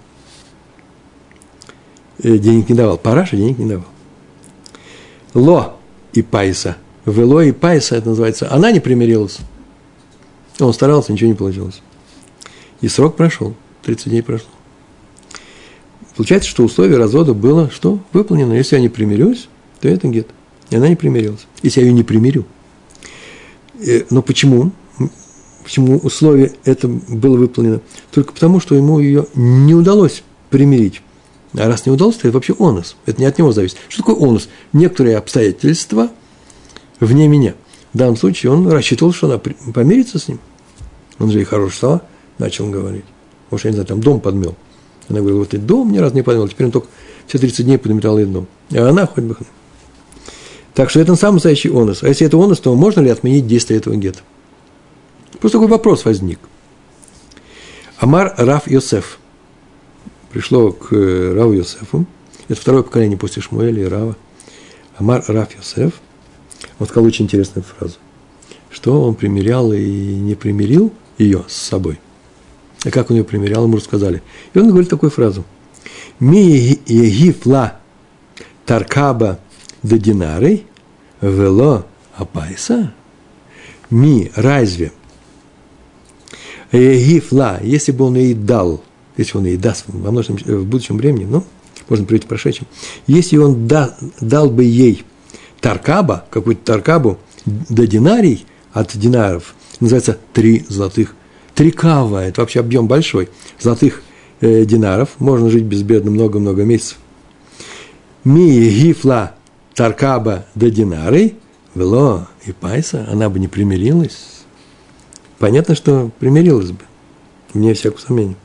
Денег не давал. По Раши денег не давал. Ло и пайса. Вело и пайса, это называется. Она не примирилась. Он старался, ничего не получилось. И срок прошел. 30 дней прошло. Получается, что условие развода было что? Выполнено. Если я не примирюсь, то это гет. И она не примирилась. Если я ее не примирю. Но почему? Почему условие это было выполнено? Только потому, что ему ее не удалось примирить. А раз не удалось, то это вообще онос. Это не от него зависит. Что такое онос? Некоторые обстоятельства вне меня. В данном случае он рассчитывал, что она помирится с ним. Он же ей хорошие слова начал говорить. Может, я не знаю, там дом подмел. Она говорила, вот и дом ни разу не подмел. Теперь он только все 30 дней подметал и дом. А она хоть бы... Так что это самый настоящий онос. А если это онос, то можно ли отменить действие этого гета? Просто такой вопрос возник. Амар Рав Йосеф. Пришло к Раву Йосефу. Это второе поколение после Шмуэля и Рава. Амар Рав Йосеф. Он сказал очень интересную фразу. Что он примирял и не примирил ее с собой. А как он ее примирял, ему рассказали. И он говорит такую фразу. Ми егифла таркаба да динарей вело апайса. Ми разве Гифла, если бы он ей дал, если он ей даст во множественном, в будущем времени, ну, можно приводить в прошедшем, если он дал бы ей таркаба, какую-то таркабу, до динарий, от динаров, называется 3 золотых, 3 кава, это вообще объем большой, золотых динаров, можно жить безбедно много-много месяцев. Ми гифла таркаба до динарей, вело и пайса, она бы не примирилась. Понятно, что примирилась бы, вне всякого сомнения.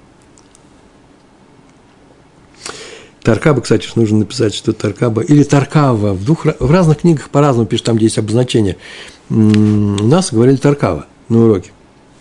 Таркаба, кстати, нужно написать, что таркаба, или таркава, в разных книгах по-разному пишут, там, где есть обозначение. У нас говорили таркава на уроке.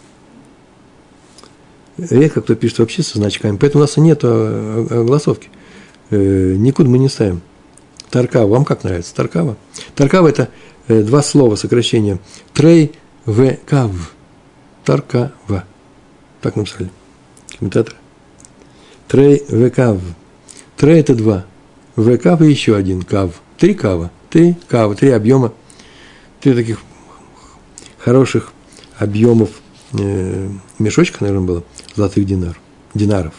Редко кто пишет вообще со значками, поэтому у нас и нет огласовки. Никуда мы не ставим. Таркава, вам как нравится? Таркава? Таркава – это 2 слова, сокращение. Трей в кав. Таркава. Так написали комментаторы. Трей в кав. Трей – это 2. В кав и еще 1 кав. 3 кава. 3 кава. 3 объема. 3 таких хороших объемов мешочка, наверное, было, золотых динаров.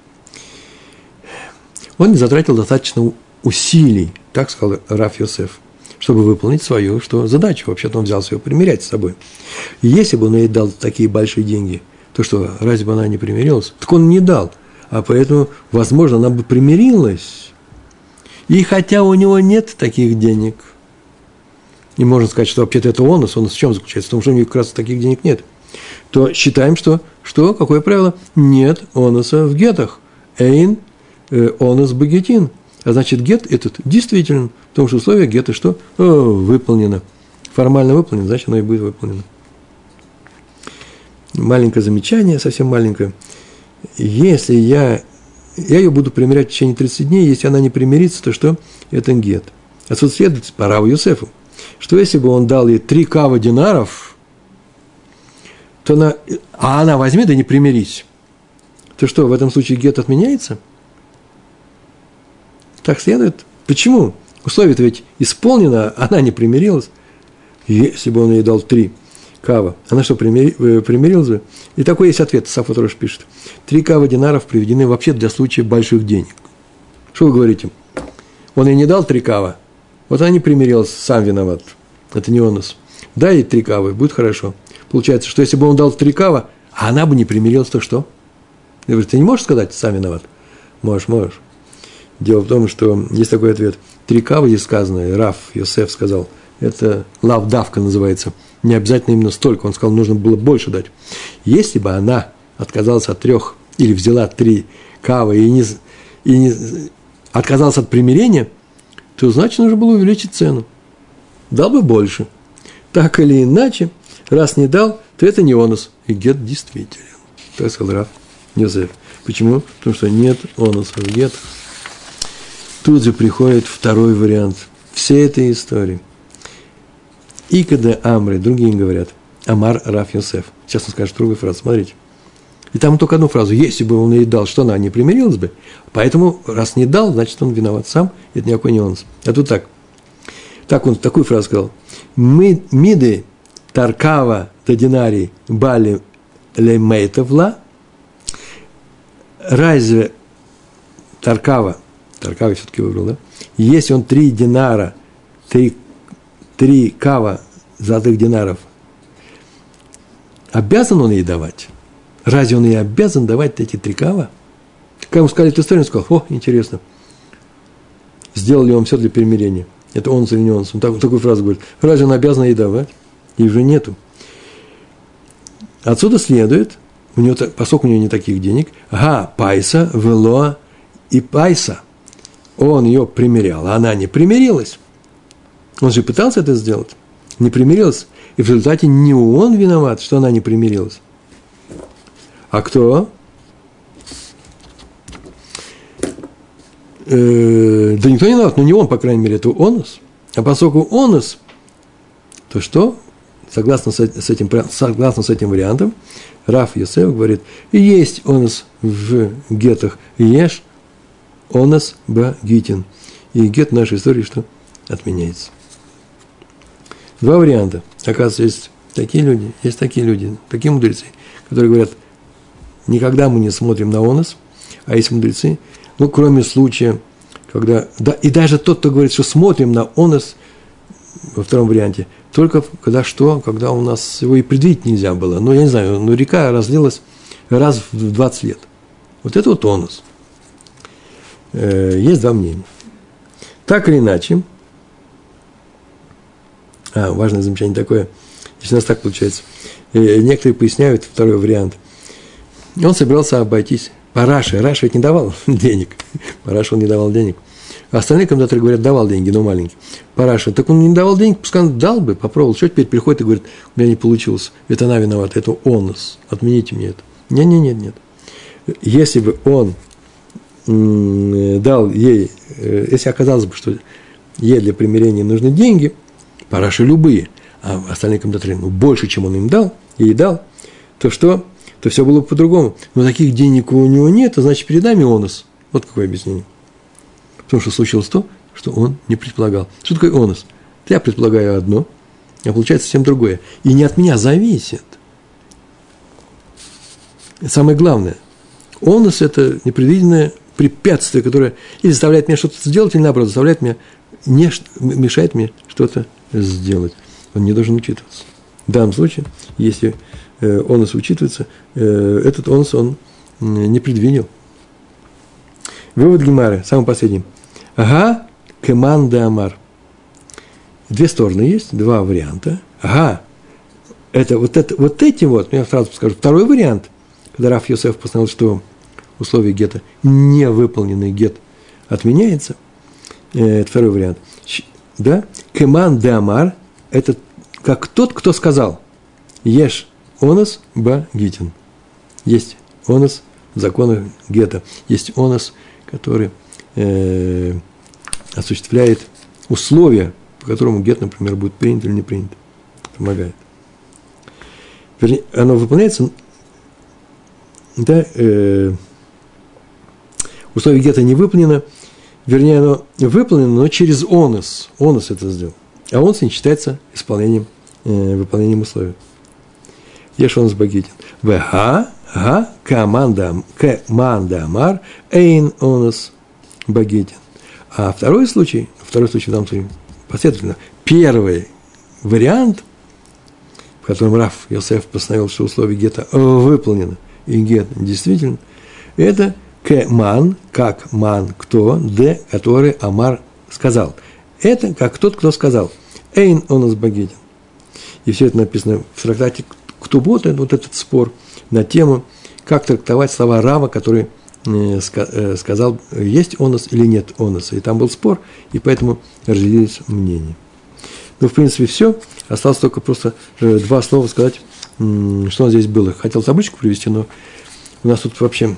Он не затратил достаточно усилий, так сказал Рав Йосеф, чтобы выполнить свою задачу. Вообще-то он взялся ее примирять с собой. И если бы он ей дал такие большие деньги, то что, разве бы она не примирилась? Так он не дал, а поэтому, возможно, она бы примирилась. И хотя у него нет таких денег, и можно сказать, что вообще-то это онос в чем заключается? В том, что у него как раз таких денег нет. То считаем, что какое правило? Нет оноса в гетах. Эйн онос багетин. А значит, гет этот действительно, потому что условие гета что? Выполнено. Формально выполнено, значит, оно и будет выполнено. Маленькое замечание, совсем маленькое. Если я ее буду примирять в течение 30 дней, если она не примирится, то что? Это гет. Отсюда следует по Раву Йосефу, что если бы он дал ей 3 кава динаров, то она возьми, да не примирись, то что, в этом случае гет отменяется? Так следует. Почему? Условие-то ведь исполнено, она не примирилась. Если бы он ей дал 3 кава, она что, примирилась бы? И такой есть ответ, Сафот Рош пишет. 3 кава динаров приведены вообще для случая больших денег. Что вы говорите? Он ей не дал 3 кава, вот она не примирилась, сам виноват. Это не онос. Дай ей 3 кавы, будет хорошо. Получается, что если бы он дал 3 кава, а она бы не примирилась, то что? Я говорю, ты не можешь сказать, сам виноват? Можешь. Дело в том, что есть такой ответ. 3 кавы, здесь сказано, Рав Йосеф сказал, это лавдавка называется. Не обязательно именно столько. Он сказал, нужно было больше дать. Если бы она отказалась от 3 или взяла 3 кавы и не отказалась от примирения, то значит, нужно было увеличить цену. Дал бы больше. Так или иначе, раз не дал, то это не онос. И гет действителен. Так сказал Рав Йосеф. Почему? Потому что нет оноса в гет. Тут же приходит второй вариант всей этой истории. И когда Амры, другие говорят, Амар Рав Йосеф. Сейчас он скажет другую фразу, смотрите. И там только одну фразу. Если бы он ей дал, что она не примирилась бы. Поэтому, раз не дал, значит, он виноват сам. Это никакой не онос. А тут так. Так он такую фразу сказал. Миды таркава динарий бали лемейтовла. Разве таркава все-таки выбрал, да? Если он 3 динара, 3 кава золотых динаров, обязан он ей давать? Разве он ей обязан давать эти 3 кава? Когда ему сказали эту историю, он сказал, интересно, сделал ли он все для примирения? Это он или не он? Он такую фразу говорит, разве он обязан ей давать? Ей уже нету. Отсюда следует, поскольку у него не таких денег, пайса, велоа и пайса. Он ее примирял, а она не примирилась. Он же пытался это сделать, не примирилась. И в результате не он виноват, что она не примирилась. А кто? Да никто не виноват, но не он, по крайней мере, это онос. А поскольку онос, то что? Согласно с этим вариантом, Рав Йосеф говорит, есть онос в гетах, ешь онос багитин. И гет нашей истории что? Отменяется. 2 варианта. Оказывается, есть Такие люди, есть такие люди, такие мудрецы, которые говорят, никогда мы не смотрим на онос, а есть мудрецы, ну, кроме случая, когда, да, и даже тот, кто говорит, что смотрим на онос, во втором варианте, только когда у нас его и предвидеть нельзя было. Ну, я не знаю, но река разлилась раз в 20 лет. Вот это вот онос. Есть два мнения. Так или иначе, важное замечание такое, если у нас так получается, некоторые поясняют второй вариант. Он собирался обойтись по Раши. Раши ведь не давал денег. По Раши он не давал денег. А остальные комментаторы говорят, давал деньги, но маленький. По Раши. Так он не давал денег, пускай он дал бы, попробовал. Что теперь приходит и говорит, у меня не получилось. Это она виновата, это онос. Отмените мне это. Нет. Если бы он дал ей, если оказалось бы, что ей для примирения нужны деньги, по Раши любые, а остальные комментаторы, больше, чем он им дал, ей дал, то что? То все было бы по-другому. Но таких денег у него нет, а значит, перед нами онос. Вот какое объяснение. Потому что случилось то, что он не предполагал. Что такое онос? Я предполагаю одно, а получается совсем другое. И не от меня зависит. Самое главное, онос – это непредвиденное препятствие, которое или заставляет меня что-то сделать, или наоборот, заставляет меня, мешает мне что-то сделать. Он не должен учитываться. В данном случае, если онос учитывается, этот онос он не предвидел. Вывод Гемары, самый последний. Ага, кеман де амар. Две стороны есть, два варианта. Ага, вот эти, я сразу скажу, второй вариант, когда Рав Йосеф постановил, что условие гета, невыполненный гет, отменяется. Это второй вариант. Да? Кеман де амар, это как тот, кто сказал, ешь онос ба гитин. Есть онос в законах гета. Есть онос, который осуществляет условия, по которому гет, например, будет принят или не принят. Помогает. Вернее, оно выполняется, да, условие гета не выполнено, вернее, оно выполнено, но через онос. Онос это сделал. А онос не считается выполнением условий. Ешь онос ба гитин. Веха, команда амар, эйн онос ба гитин. А второй случай в данном случае последовательно, первый вариант, в котором Рав Йосеф постановил, что условие гета выполнено, и гет действительно, это кеман, как ман, кто, де, который амар сказал. Это как тот, кто сказал. Эйн онос ба гитин. И все это написано в трактате Ктубот, вот этот спор на тему, как трактовать слова Рава, который сказал, есть онос или нет оноса. И там был спор, и поэтому разделились мнения. Ну, в принципе, все. Осталось только просто два слова сказать, что здесь было. Хотел табличку привести, но у нас тут вообще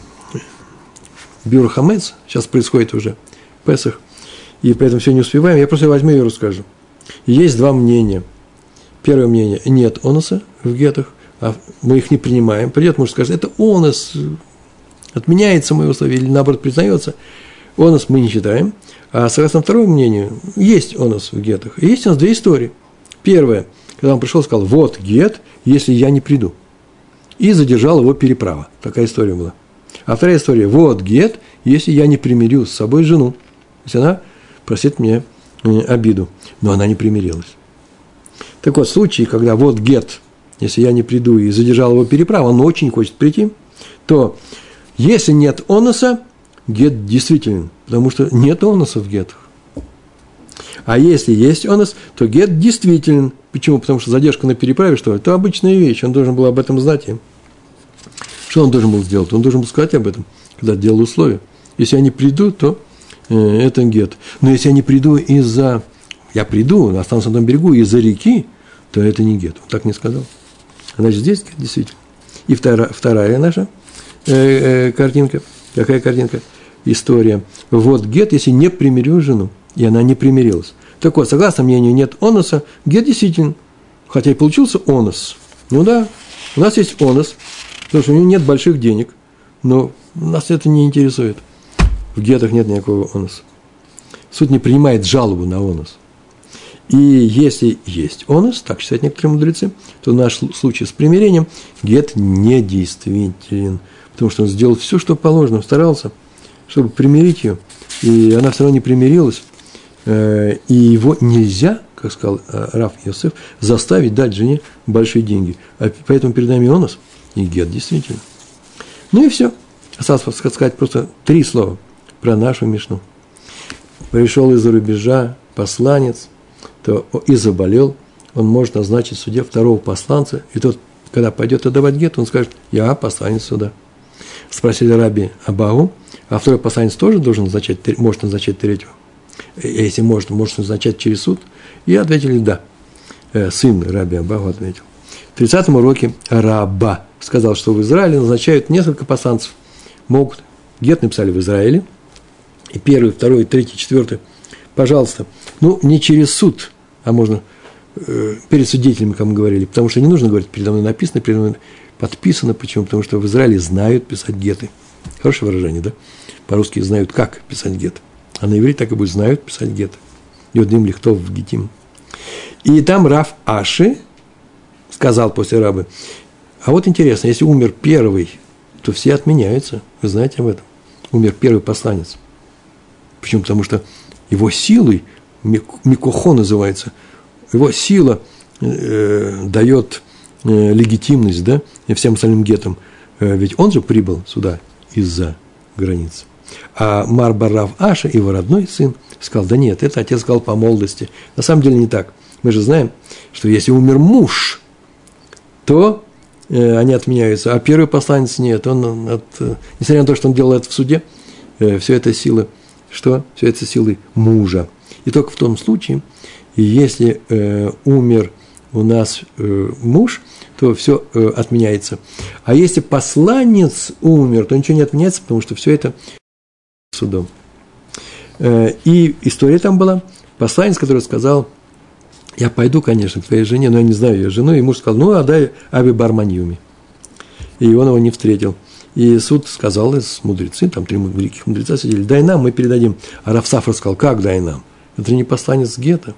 Бюр Хамец, сейчас происходит уже Песах, и поэтому все не успеваем. Я просто возьму и расскажу. Есть два мнения. Первое мнение – нет оноса в гетах, а мы их не принимаем. Придет муж и скажет, это онос, отменяется мое условие, или наоборот признается. Онос мы не считаем. А согласно второму мнению, есть онос в гетах. И есть у нас две истории. Первая, когда он пришел и сказал, вот гет, если я не приду. И задержал его переправа. Такая история была. А вторая история, вот гет, если я не примирю с собой жену. То есть она простит мне обиду. Но она не примирилась. Так вот, в случае, когда вот гет, если я не приду и задержал его переправу, он очень хочет прийти, то если нет оноса, гет действителен, потому что нет оноса в гетах. А если есть онос, то гет действителен. Почему? Потому что задержка на переправе, что это обычная вещь, он должен был об этом знать. Что он должен был сделать? Он должен был сказать об этом, когда делал условия. Если я не приду, то это гет. Но если я не приду я приду, останусь на том берегу из-за реки, то это не гет. Он так не сказал. Значит, здесь гет действительно. И вторая наша картинка. Какая картинка? История. Вот гет, если не примирю жену. И она не примирилась. Так вот, согласно мнению нет оноса, гет действительно. Хотя и получился онос. Ну да, у нас есть онос, потому что у него нет больших денег. Но нас это не интересует. В гетах нет никакого оноса. Суд не принимает жалобу на онос. И если есть онос, так считают некоторые мудрецы, то в нашем случае с примирением гет недействителен, потому что он сделал все, что положено, он старался, чтобы примирить ее, и она все равно не примирилась, и его нельзя, как сказал Рав Йосеф, заставить дать жене большие деньги. Поэтому перед нами онос и гет действительно. Ну и все. Осталось сказать просто 3 слова про нашу Мишну. Пришел из-за рубежа посланец, то и заболел, он может назначить в суде второго посланца, и тот, когда пойдет отдавать гет, он скажет: я посланец суда. Спросили раби Абагу, а второй посланец тоже может назначать третьего? Если может назначать через суд? И ответили: да. Сын раби Абагу ответил. В 30-м уроке Раба сказал, что в Израиле назначают несколько посланцев. Могут. Гет написали в Израиле. И 1, 2, 3, 4. Пожалуйста. Не через суд, а можно перед свидетелями, как мы говорили. Потому что не нужно говорить: передо мной написано, передо мной подписано. Почему? Потому что в Израиле знают писать геты. Хорошее выражение, да? По-русски знают, как писать гет. А на иврите так и будет: знают писать гет. Йодим лихтов в гетим. И там Рав Аши сказал после рабы: а вот интересно, если умер первый, то все отменяются. Вы знаете об этом? Умер первый посланец. Почему? Потому что его силой, микохо называется, его сила дает легитимность, да, и всем остальным гетам. Ведь он же прибыл сюда из-за границы. А Марбар Рав Аша, его родной сын, сказал: да нет, это отец сказал по молодости. На самом деле не так. Мы же знаем, что если умер муж, то они отменяются, а первый посланец нет. Несмотря на то, что он делал это в суде, все это силы, что? Все это силы мужа. И только в том случае, если умер у нас муж, то все отменяется. А если посланец умер, то ничего не отменяется, потому что все это судом. И история там была. Посланец, который сказал: я пойду, конечно, к твоей жене, но я не знаю ее жену. И муж сказал: отдай Аби Барманьюми. И он его не встретил. И суд сказал, мудрецы, там 3 великих мудреца сидели: дай нам, мы передадим. А Рав Сафар сказал: как дай нам? Это не посланец гета.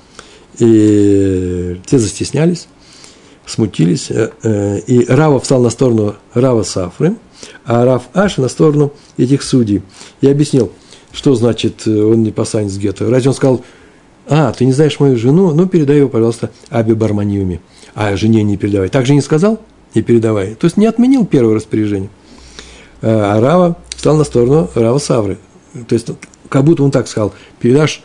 И те застеснялись, смутились. И Рава встал на сторону Рава Сафры, а Рав Аши на сторону этих судей. И объяснил, что значит он не посланец гета. Разве он сказал: ты не знаешь мою жену? Передай его, пожалуйста, Аби Барманьюми. А жене не передавай. Так же не сказал? Не передавай. То есть не отменил первое распоряжение. А Рава встал на сторону Рава Савры. То есть как будто он так сказал: передашь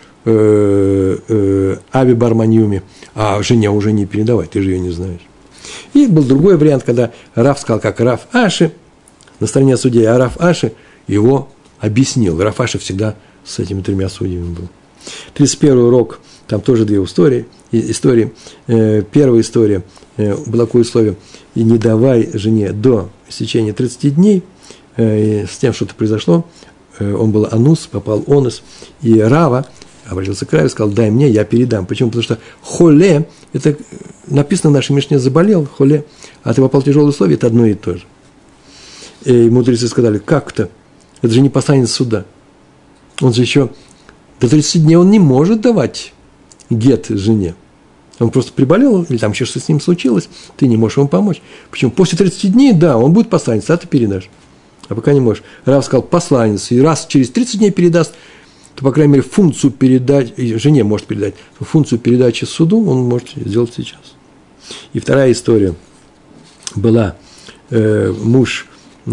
Аби Барманьюми, а жене уже не передавай, ты же ее не знаешь. И был другой вариант, когда Рав сказал, как Рав Аши, на стороне судей, а Рав Аши его объяснил. Рав Аши всегда с этими 3 судьями был. 31 урок, там тоже 2 истории. Первая история, было такое условие: и не давай жене до истечения 30 дней, с тем что-то произошло, он был анус, попал онос, и Рава обратился к Раве и сказал: дай мне, я передам. Почему? Потому что холе, это написано в нашей Мишне, заболел, холе, а ты попал в тяжелые условия, это одно и то же. И мудрецы сказали: как-то? Это же не посланец суда. Он же еще до 30 дней он не может давать гет жене. Он просто приболел, или там еще что-то с ним случилось, ты не можешь ему помочь. Почему? После 30 дней, да, он будет посланец, а ты передашь. А пока не можешь. Рав сказал: посланец, и раз через 30 дней передаст, то, по крайней мере, функцию передачи, жене может передать, функцию передачи суду он может сделать сейчас. И вторая история была: муж, и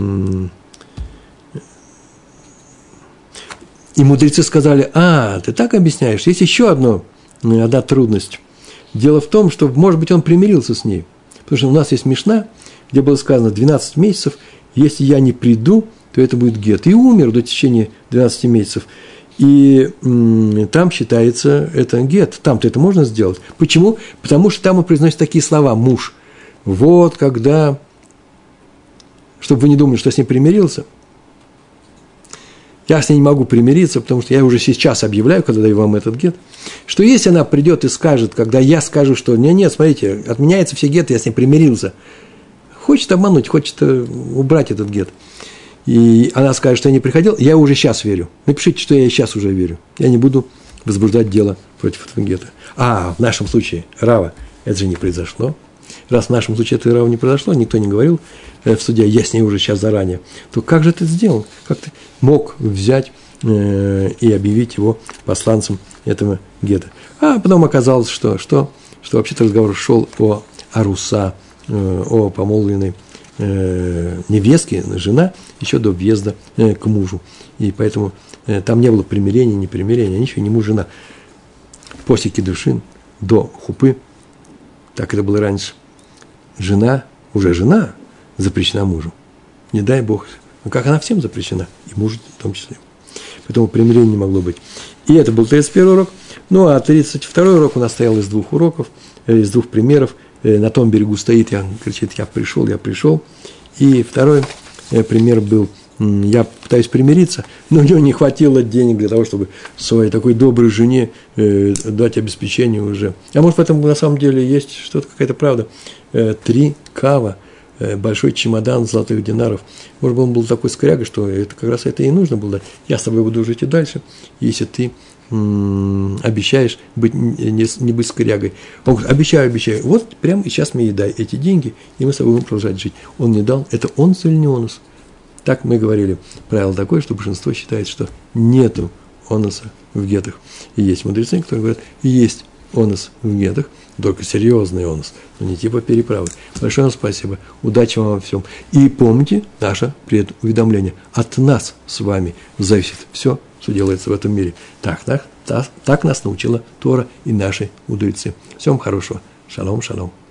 мудрецы сказали: ты так объясняешь, есть еще одна трудность. Дело в том, что, может быть, он примирился с ней. Потому что у нас есть Мишна, где было сказано 12 месяцев, если я не приду, то это будет гет. И умер до течения 12 месяцев. И там считается это гет. Там-то это можно сделать. Почему? Потому что там он произносит такие слова: муж. Вот когда, чтобы вы не думали, что я с ним примирился, я с ней не могу примириться, потому что я уже сейчас объявляю, когда даю вам этот гет, что если она придет и скажет, когда я скажу, что нет, смотрите, отменяется все геты, я с ней примирился, хочет обмануть, хочет убрать этот гет, и она скажет, что я не приходил, я уже сейчас верю. Напишите, что я сейчас уже верю. Я не буду возбуждать дело против этого гетто. А в нашем случае Рава это же не произошло. Раз в нашем случае это Рава не произошло, никто не говорил в суде, я с ней уже сейчас заранее, то как же ты это сделал? Как ты мог взять и объявить его посланцем этого гетто? А потом оказалось, что вообще-то разговор шел о аруса, о помолвленной невестке, жена, еще до въезда к мужу. И поэтому там не было примирения, непримирения, ничего, не муж, жена. После кидушин, до хупы, так это было раньше, жена запрещена мужу. Не дай Бог. Но как она всем запрещена, и мужу в том числе. Поэтому примирения не могло быть. И это был 31 урок. Ну, а 32 урок у нас стоял из двух уроков, из двух примеров. На том берегу стоит, кричит, я пришел. И второй пример был, я пытаюсь примириться, но у него не хватило денег для того, чтобы своей такой доброй жене дать обеспечение уже. А может, в этом на самом деле есть что-то, какая-то правда. 3 кава, большой чемодан золотых динаров. Может быть, он был такой скряга, что это как раз это и нужно было дать. Я с тобой буду жить и дальше, если ты обещаешь не быть скрягой. Он говорит, обещаю. Вот прямо и сейчас мне и дай эти деньги, и мы с тобой будем продолжать жить. Он не дал. Это онус или не онус? Так мы говорили. Правило такое, что большинство считает, что нету онуса в гетах. И есть мудрецы, которые говорят, есть онус в гетах, только серьезный онус, но не типа переправы. Большое вам спасибо. Удачи вам во всем. И помните наше предуведомление. От нас с вами зависит все, что делается в этом мире. Так нас научила Тора и наши мудрецы. Всем хорошего. Шалом, шалом.